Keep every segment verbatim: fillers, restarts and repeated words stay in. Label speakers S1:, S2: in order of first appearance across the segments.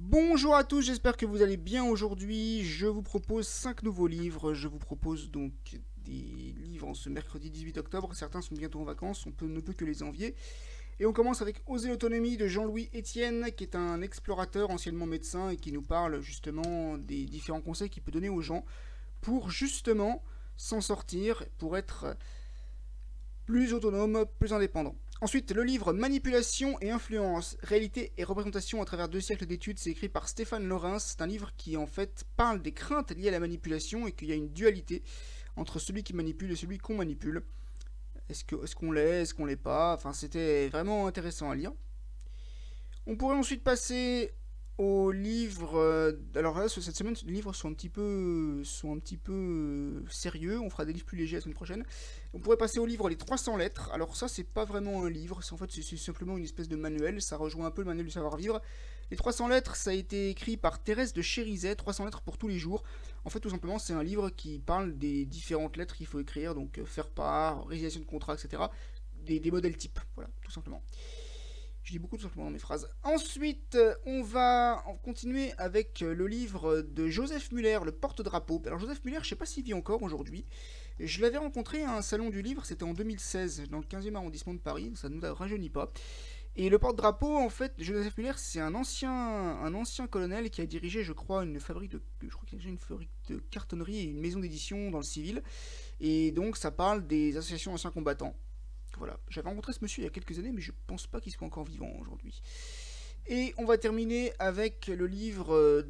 S1: Bonjour à tous, j'espère que vous allez bien aujourd'hui. Je vous propose cinq nouveaux livres. Je vous propose donc des livres en ce mercredi dix-huit octobre. Certains sont bientôt en vacances, on peut, ne peut que les envier. Et on commence avec Oser l'autonomie de Jean-Louis Etienne, qui est un explorateur anciennement médecin et qui nous parle justement des différents conseils qu'il peut donner aux gens pour justement s'en sortir, pour être plus autonome, plus indépendant. Ensuite, le livre Manipulation et influence, réalité et représentation à travers deux siècles d'études, c'est écrit par Stéphane Laurens. C'est un livre qui en fait parle des craintes liées à la manipulation et qu'il y a une dualité entre celui qui manipule et celui qu'on manipule. Est-ce que, est-ce qu'on l'est, est-ce qu'on l'est pas. Enfin, c'était vraiment intéressant à lire. On pourrait ensuite passer aux livres. euh, alors là, cette semaine, les livres sont un petit peu, sont un petit peu euh, sérieux. On fera des livres plus légers la semaine prochaine. On pourrait passer au livre Les trois cents lettres. Alors ça, c'est pas vraiment un livre. C'est en fait, c'est c'est simplement une espèce de manuel. Ça rejoint un peu le manuel du savoir-vivre. Les trois cents lettres, ça a été écrit par Thérèse de Chérizet. trois cents lettres pour tous les jours. En fait, tout simplement, c'est un livre qui parle des différentes lettres qu'il faut écrire. Donc, euh, faire part, résiliation de contrat, et cetera. Des, des modèles types. Voilà, tout simplement. Je dis beaucoup tout simplement dans mes phrases. Ensuite, euh, on va en continuer avec euh, le livre de Joseph Muller, Le porte-drapeau. Alors Joseph Muller, je ne sais pas s'il vit encore aujourd'hui. Je l'avais rencontré à un salon du livre, c'était en deux mille seize, dans le quinzième arrondissement de Paris, ça ne nous rajeunit pas. Et le porte-drapeau, en fait, Joseph Muller, c'est un ancien, un ancien colonel qui a dirigé, je crois, une fabrique de, je crois qu'il a dirigé une fabrique de cartonnerie et une maison d'édition dans le civil. Et donc, ça parle des associations d'anciens combattants. Voilà, j'avais rencontré ce monsieur il y a quelques années, mais je pense pas qu'il soit encore vivant aujourd'hui. Et on va terminer avec le livre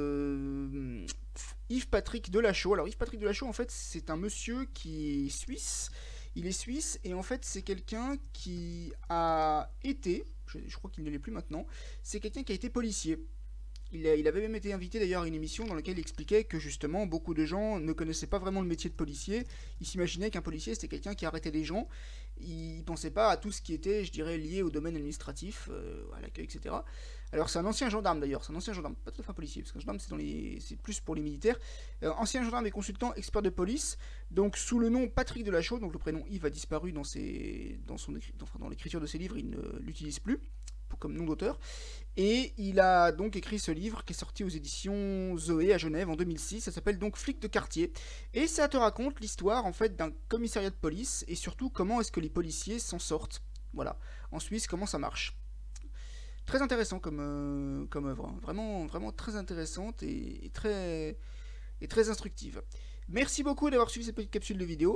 S1: de Yves-Patrick Delachaux. Alors Yves-Patrick Delachaux, en fait, c'est un monsieur qui est suisse. Il est suisse et en fait, c'est quelqu'un qui a été, je, je crois qu'il ne l'est plus maintenant, c'est quelqu'un qui a été policier. Il, a- il avait même été invité d'ailleurs à une émission dans laquelle il expliquait que justement beaucoup de gens ne connaissaient pas vraiment le métier de policier. Ils s'imaginaient qu'un policier c'était quelqu'un qui arrêtait des gens. Ils ne pensaient pas à tout ce qui était, je dirais, lié au domaine administratif, euh, à l'accueil, et cetera. Alors c'est un ancien gendarme d'ailleurs, c'est un ancien gendarme, pas tout à fait un policier, parce qu'un gendarme c'est, dans les... c'est plus pour les militaires. Euh, ancien gendarme et consultant expert de police, donc sous le nom Patrick Delachaux, donc le prénom Yves a disparu dans, ses... dans, son... dans, dans l'écriture de ses livres, il ne l'utilise plus comme nom d'auteur. Et il a donc écrit ce livre qui est sorti aux éditions Zoé à Genève en deux mille six. Ça s'appelle donc Flic de quartier. Et ça te raconte l'histoire en fait d'un commissariat de police et surtout comment est-ce que les policiers s'en sortent. Voilà. En Suisse, comment ça marche. Très intéressant comme, euh, comme œuvre. Hein. Vraiment, vraiment très intéressante et, et très, et très instructive. Merci beaucoup d'avoir suivi cette petite capsule de vidéo.